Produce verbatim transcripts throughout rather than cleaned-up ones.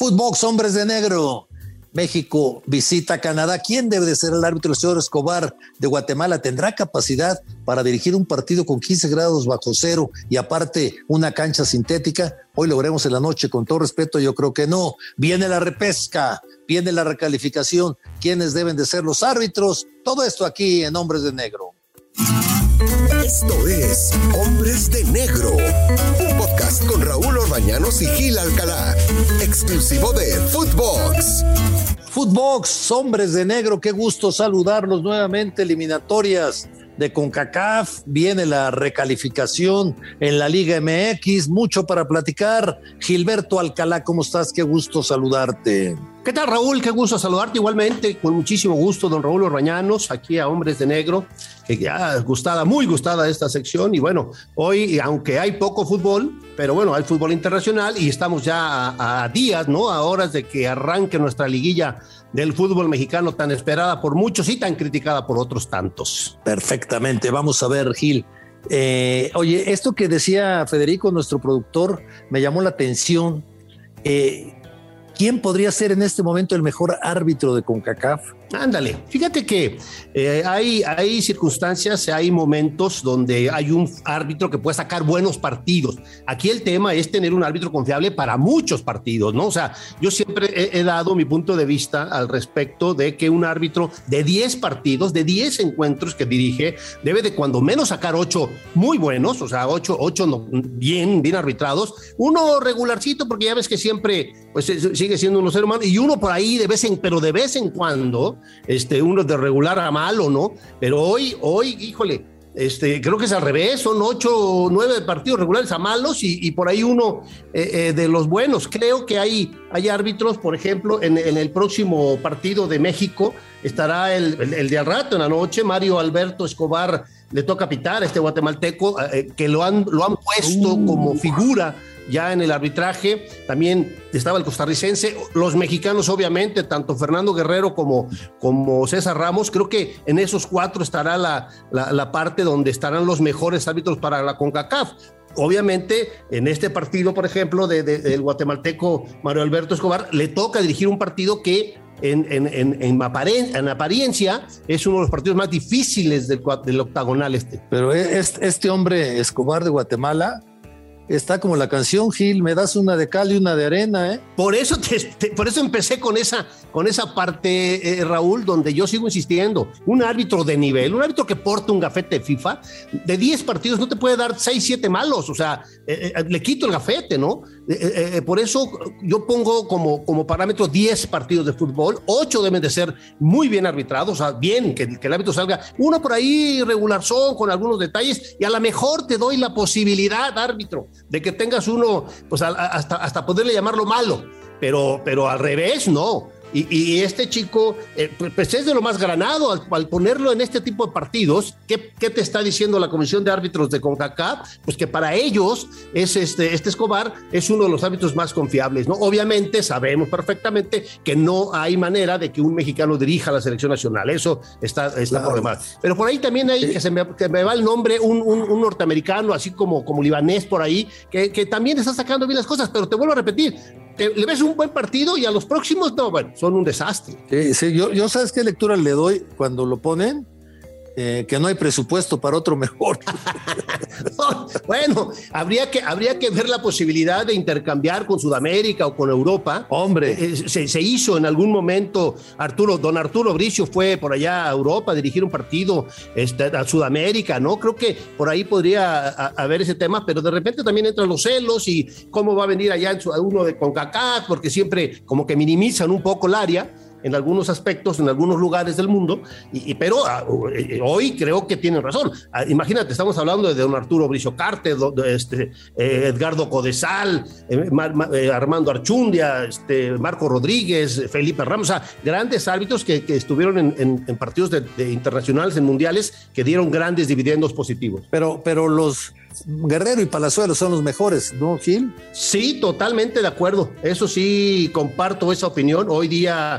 Footbox, hombres de negro. México visita Canadá. ¿Quién debe de ser el árbitro? El señor Escobar de Guatemala. ¿Tendrá capacidad para dirigir un partido con quince grados bajo cero y aparte una cancha sintética? Hoy lo veremos en la noche. Con todo respeto, yo creo que no. Viene la repesca, viene la recalificación. ¿Quiénes deben de ser los árbitros? Todo esto aquí en Hombres de Negro. Esto es Hombres de Negro, un podcast con Raúl Orbañanos y Gil Alcalá, exclusivo de Footbox. Footbox, hombres de negro, qué gusto saludarlos nuevamente. Eliminatorias de CONCACAF, viene la recalificación en la Liga M X, mucho para platicar. Gilberto Alcalá, ¿cómo estás? Qué gusto saludarte. ¿Qué tal, Raúl? Qué gusto saludarte igualmente, con muchísimo gusto, don Raúl Orbañanos, aquí a Hombres de Negro, que ya gustada, muy gustada esta sección. Y bueno, hoy, aunque hay poco fútbol, pero bueno, hay fútbol internacional y estamos ya a, a días, ¿no? A horas de que arranque nuestra liguilla del fútbol mexicano tan esperada por muchos y tan criticada por otros tantos. Perfectamente, vamos a ver, Gil. Eh, oye, esto que decía Federico, nuestro productor, me llamó la atención. Eh, ¿Quién podría ser en este momento el mejor árbitro de CONCACAF? Ándale, fíjate que eh, hay, hay circunstancias, hay momentos donde hay un árbitro que puede sacar buenos partidos. Aquí el tema es tener un árbitro confiable para muchos partidos, ¿no? O sea, yo siempre he, he dado mi punto de vista al respecto de que un árbitro de diez partidos, de diez encuentros que dirige, debe de cuando menos sacar ocho muy buenos, o sea, ocho, ocho no, bien, bien arbitrados, uno regularcito, porque ya ves que siempre pues, sigue siendo un ser humano, y uno por ahí de vez en, pero de vez en cuando, Este, uno de regular a malo, ¿no? Pero hoy, hoy, híjole, este, creo que es al revés, son ocho o nueve partidos regulares a malos y, y por ahí uno eh, eh, de los buenos. Creo que hay, hay árbitros, por ejemplo, en, en el próximo partido de México estará el, el, el de al rato, en la noche, Mario Alberto Escobar le toca pitar a este guatemalteco, eh, que lo han, lo han puesto uh. como figura ya en el arbitraje. También estaba el costarricense, los mexicanos obviamente, tanto Fernando Guerrero como, como César Ramos. Creo que en esos cuatro estará la, la, la parte donde estarán los mejores árbitros para la CONCACAF. Obviamente, en este partido, por ejemplo, de, de, del guatemalteco Mario Alberto Escobar, le toca dirigir un partido que en, en, en, en, aparen, en apariencia es uno de los partidos más difíciles del, del octagonal este. Pero este, este hombre Escobar de Guatemala está como la canción, Gil, me das una de cal y una de arena, ¿eh? Por eso, te, te, por eso empecé con esa, con esa parte, eh, Raúl, donde yo sigo insistiendo. Un árbitro de nivel, un árbitro que porta un gafete de FIFA, de diez partidos no te puede dar seis, siete malos, o sea, eh, eh, le quito el gafete, ¿no? Eh, eh, por eso yo pongo como, como parámetro diez partidos de fútbol, ocho deben de ser muy bien arbitrados, o sea, bien, que, que el árbitro salga, uno por ahí regular son, con algunos detalles, y a lo mejor te doy la posibilidad, árbitro, de que tengas uno, pues a, a, hasta, hasta poderle llamarlo malo, pero, pero al revés, no. Y, y este chico, eh, pues es de lo más granado al, al ponerlo en este tipo de partidos. ¿Qué, ¿Qué te está diciendo la Comisión de Árbitros de CONCACAF? Pues que para ellos es este, este Escobar es uno de los árbitros más confiables, ¿no? Obviamente sabemos perfectamente que no hay manera de que un mexicano dirija a la selección nacional, eso está, está claro. Por demás. Pero por ahí también hay, sí. que, se me, que me va el nombre, un, un, un norteamericano, así como, como libanés por ahí, que, que también está sacando bien las cosas, pero te vuelvo a repetir, te, le ves un buen partido y a los próximos, no, bueno, son un desastre. Sí, sí, yo, yo ¿sabes qué lectura le doy cuando lo ponen? Eh, que no hay presupuesto para otro mejor. Bueno, habría que, habría que ver la posibilidad de intercambiar con Sudamérica o con Europa. Hombre. Eh, se, se hizo en algún momento, Arturo, don Arturo Bricio fue por allá a Europa a dirigir un partido este, a Sudamérica, ¿no? Creo que por ahí podría a, haber ese tema, pero de repente también entran los celos y cómo va a venir allá en su, uno de CONCACAF, porque siempre como que minimizan un poco el área en algunos aspectos, en algunos lugares del mundo, y, y, pero uh, hoy creo que tienen razón. Uh, imagínate, estamos hablando de don Arturo Bricio Carte, de, de este, eh, Edgardo Codesal, eh, Mar, eh, Armando Archundia, este, Marco Rodríguez, Felipe Ramos, o sea, grandes árbitros que, que estuvieron en, en, en partidos de, de internacionales, en mundiales, que dieron grandes dividendos positivos. Pero, pero los Guerrero y Palazuelos son los mejores, ¿no, Gil? Sí, totalmente de acuerdo. Eso sí, comparto esa opinión. Hoy día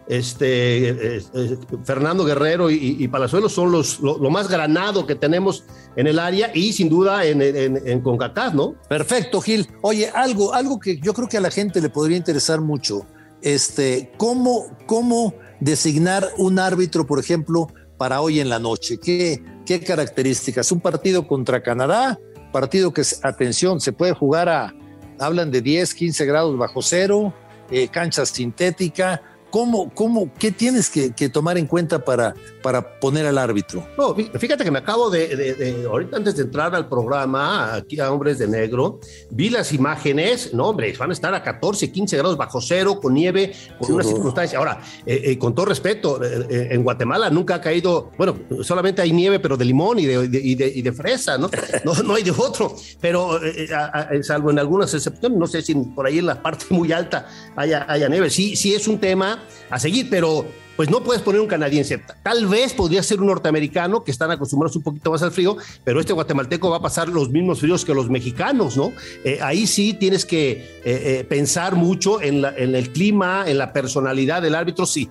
este, eh, eh, Fernando Guerrero y, y Palazuelos son los, lo, lo más granado que tenemos en el área y sin duda en, en, en CONCACAF, ¿no? Perfecto, Gil. Oye, algo, algo que yo creo que a la gente le podría interesar mucho, este, ¿cómo, cómo designar un árbitro, por ejemplo, para hoy en la noche? ¿Qué, qué características? Un partido contra Canadá, partido que, atención, se puede jugar a, hablan de diez, quince grados bajo cero, eh, cancha sintética. ¿Cómo, cómo, qué tienes que, que tomar en cuenta para, para poner al árbitro? No, fíjate que me acabo de, de, de, ahorita antes de entrar al programa, aquí a Hombres de Negro, vi las imágenes, no hombre, van a estar a catorce, quince grados bajo cero, con nieve, con una circunstancia. Ahora, eh, eh, con todo respeto, eh, en Guatemala nunca ha caído, bueno, solamente hay nieve, pero de limón y de, de, y de, y de fresa, ¿no? No, no hay de otro, pero eh, a, a, salvo en algunas excepciones, no sé si por ahí en la parte muy alta haya, haya nieve. Sí, sí es un tema a seguir, pero pues no puedes poner un canadiense. Tal vez podría ser un norteamericano que están acostumbrados un poquito más al frío, pero este guatemalteco va a pasar los mismos fríos que los mexicanos, ¿no? Eh, ahí sí tienes que eh, eh, pensar mucho en, la, en el clima, en la personalidad del árbitro, sí.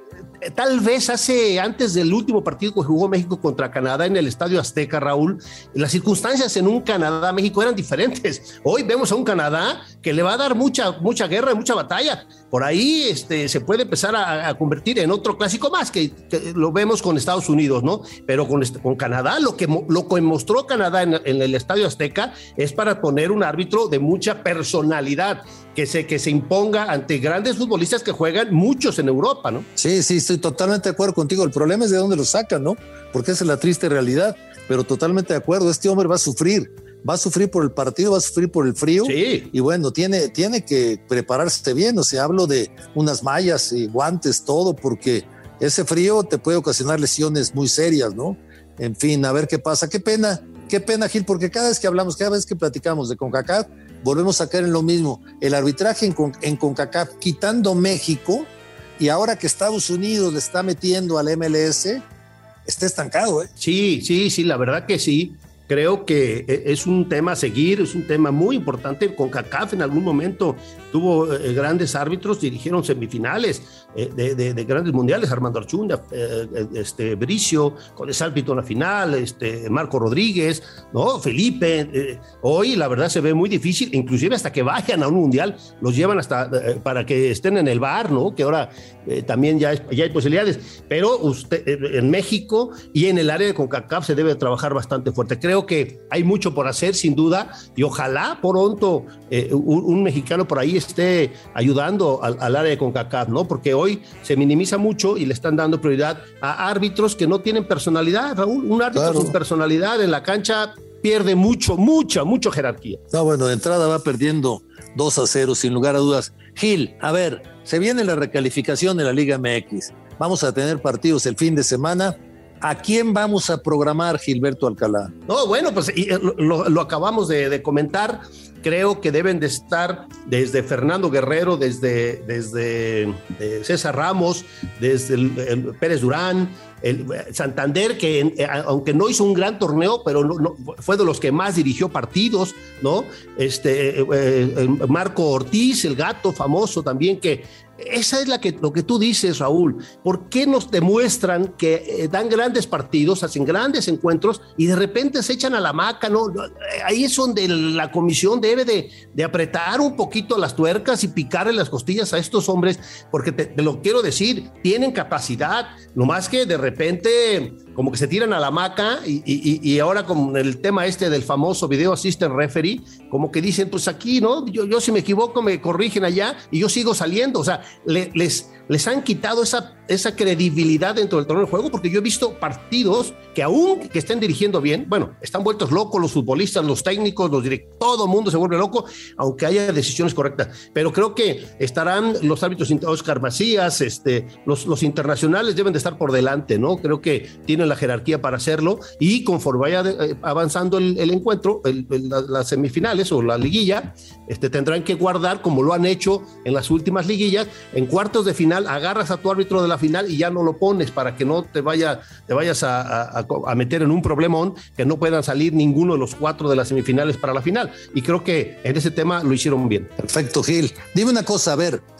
Tal vez hace, antes del último partido que jugó México contra Canadá en el Estadio Azteca, Raúl, las circunstancias en un Canadá-México eran diferentes. Hoy vemos a un Canadá que le va a dar mucha, mucha guerra, mucha batalla. Por ahí este, se puede empezar a, a convertir en otro clásico más, que, que lo vemos con Estados Unidos, ¿no? Pero con, con Canadá, lo que, lo que mostró Canadá en, en el Estadio Azteca es para poner un árbitro de mucha personalidad, que se, que se imponga ante grandes futbolistas que juegan muchos en Europa, ¿no? Sí, sí, estoy totalmente de acuerdo contigo. El problema es de dónde lo sacan, ¿no? Porque esa es la triste realidad, pero totalmente de acuerdo. Este hombre va a sufrir, va a sufrir por el partido, va a sufrir por el frío. Sí. Y bueno, tiene, tiene que prepararse bien. O sea, hablo de unas mallas y guantes, todo, porque ese frío te puede ocasionar lesiones muy serias, ¿no? En fin, a ver qué pasa. Qué pena, qué pena, Gil, porque cada vez que hablamos, cada vez que platicamos de CONCACAF, volvemos a caer en lo mismo. El arbitraje en, Con, en CONCACAF, quitando México, y ahora que Estados Unidos le está metiendo al M L S, está estancado, ¿eh? Sí, sí, sí, la verdad que sí. Creo que es un tema a seguir, es un tema muy importante. CONCACAF en algún momento tuvo eh, grandes árbitros, dirigieron semifinales eh, de, de, de grandes mundiales, Armando Archunda, eh, este, Bricio, con ese árbitro en la final, este, Marco Rodríguez, ¿no? Felipe. Eh, hoy la verdad se ve muy difícil, inclusive hasta que vayan a un mundial, los llevan hasta eh, para que estén en el V A R, ¿no? Que ahora eh, también ya, es, ya hay posibilidades. Pero usted, eh, en México y en el área de CONCACAF se debe trabajar bastante fuerte. Creo que hay mucho por hacer, sin duda, y ojalá pronto eh, un, un mexicano por ahí esté ayudando al, al área de CONCACAF, ¿no? Porque hoy se minimiza mucho y le están dando prioridad a árbitros que no tienen personalidad, Raúl. Un árbitro claro. sin personalidad en la cancha pierde mucho, mucha, mucha jerarquía. No, bueno, de entrada va perdiendo dos a cero, sin lugar a dudas. Gil, a ver, se viene la recalificación de la Liga M X. Vamos a tener partidos el fin de semana. ¿A quién vamos a programar, Gilberto Alcalá? No, bueno, pues lo, lo acabamos de, de comentar. Creo que deben de estar desde Fernando Guerrero, desde, desde de César Ramos, desde el, el Pérez Durán, el Santander, que eh, aunque no hizo un gran torneo, pero no, no, fue de los que más dirigió partidos, ¿no? Este, eh, eh, Marco Ortiz, el gato famoso también, que esa es la que, lo que tú dices, Raúl. ¿Por qué nos demuestran que eh, dan grandes partidos, hacen grandes encuentros y de repente se echan a la hamaca, ¿no? Ahí es donde la comisión debe de, de apretar un poquito las tuercas y picarle las costillas a estos hombres, porque te, te lo quiero decir, tienen capacidad, nomás que de repente como que se tiran a la hamaca y, y, y ahora con el tema este del famoso video assistant referee, como que dicen, pues aquí, ¿no? Yo, yo si me equivoco me corrigen allá y yo sigo saliendo. O sea, le, les, les han quitado esa, esa credibilidad dentro del terreno de juego, porque yo he visto partidos que aún que estén dirigiendo bien, bueno, están vueltos locos los futbolistas, los técnicos, los directivos, todo el mundo se vuelve loco, aunque haya decisiones correctas. Pero creo que estarán los árbitros, Oscar Macías, este, los, los internacionales deben de estar por delante, ¿no? Creo que tienen la jerarquía para hacerlo y conforme vaya de, eh, avanzando el, el encuentro, el, el, la, las semifinales o la liguilla, este, tendrán que guardar, como lo han hecho en las últimas liguillas, en cuartos de final agarras a tu árbitro de la final y ya no lo pones para que no te, vaya, te vayas a, a, a meter en un problemón, que no puedan salir ninguno de los cuatro de las semifinales para la final. Y creo que en ese tema lo hicieron bien. Perfecto, Gil. Dime una cosa, a ver,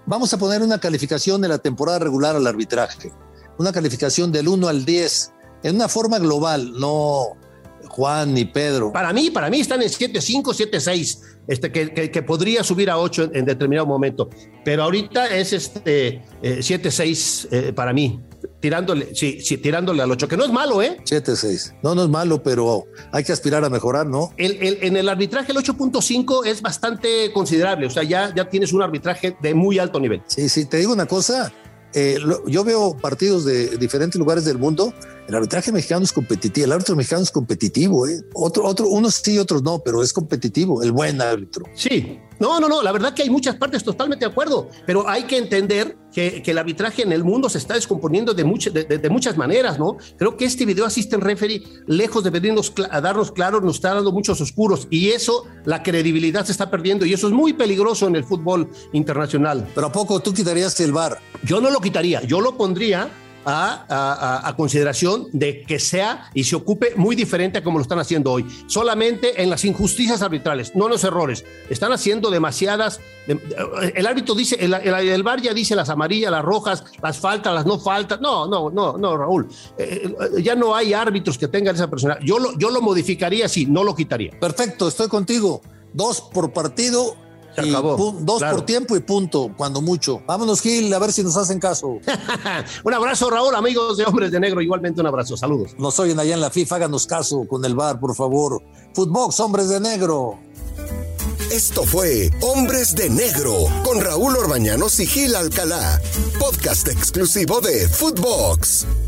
Vamos a poner una calificación de la temporada regular al arbitraje. Una calificación del uno al diez, en una forma global, no Juan ni Pedro. Para mí, para mí están en siete cinco, siete seis, este, que, que, que podría subir a ocho en, en determinado momento. Pero ahorita es este eh, siete seis eh, para mí. Tirándole, sí, sí, tirándole al ocho, que no es malo, ¿eh? siete seis. No, no es malo, pero hay que aspirar a mejorar, ¿no? El, el, en el arbitraje, el ocho punto cinco es bastante considerable. O sea, ya, ya tienes un arbitraje de muy alto nivel. Sí, sí, te digo una cosa. Eh, lo, yo veo partidos de diferentes lugares del mundo. El arbitraje mexicano es competitivo, el árbitro mexicano es competitivo, ¿eh? Otro, otro, unos sí, otros no, pero es competitivo, el buen árbitro. Sí, no, no, no, la verdad que hay muchas partes totalmente de acuerdo, pero hay que entender que, que el arbitraje en el mundo se está descomponiendo de, much, de, de, de muchas maneras, ¿no? Creo que este video assistant referee, lejos de venirnos a darnos claros, nos está dando muchos oscuros, y eso, la credibilidad se está perdiendo, y eso es muy peligroso en el fútbol internacional. ¿Pero a poco tú quitarías el V A R? Yo no lo quitaría, yo lo pondría A, a, a consideración de que sea y se ocupe muy diferente a como lo están haciendo hoy. Solamente en las injusticias arbitrales, no en los errores. Están haciendo demasiadas. El árbitro dice, el, el, el V A R ya dice las amarillas, las rojas, las faltas, las no faltas. No, no, no, no, Raúl. Eh, ya no hay árbitros que tengan esa personalidad. Yo lo, yo lo modificaría, sí, no lo quitaría. Perfecto, estoy contigo. Dos por partido. Se acabó. Pu- dos claro. por tiempo y punto, cuando mucho. Vámonos, Gil, a ver si nos hacen caso. Un abrazo, Raúl, amigos de Hombres de Negro, igualmente un abrazo, saludos. Nos oyen allá en la FIFA, háganos caso con el V A R, por favor. Footbox, Hombres de Negro. Esto fue Hombres de Negro con Raúl Orbañanos y Gil Alcalá, podcast exclusivo de Footbox.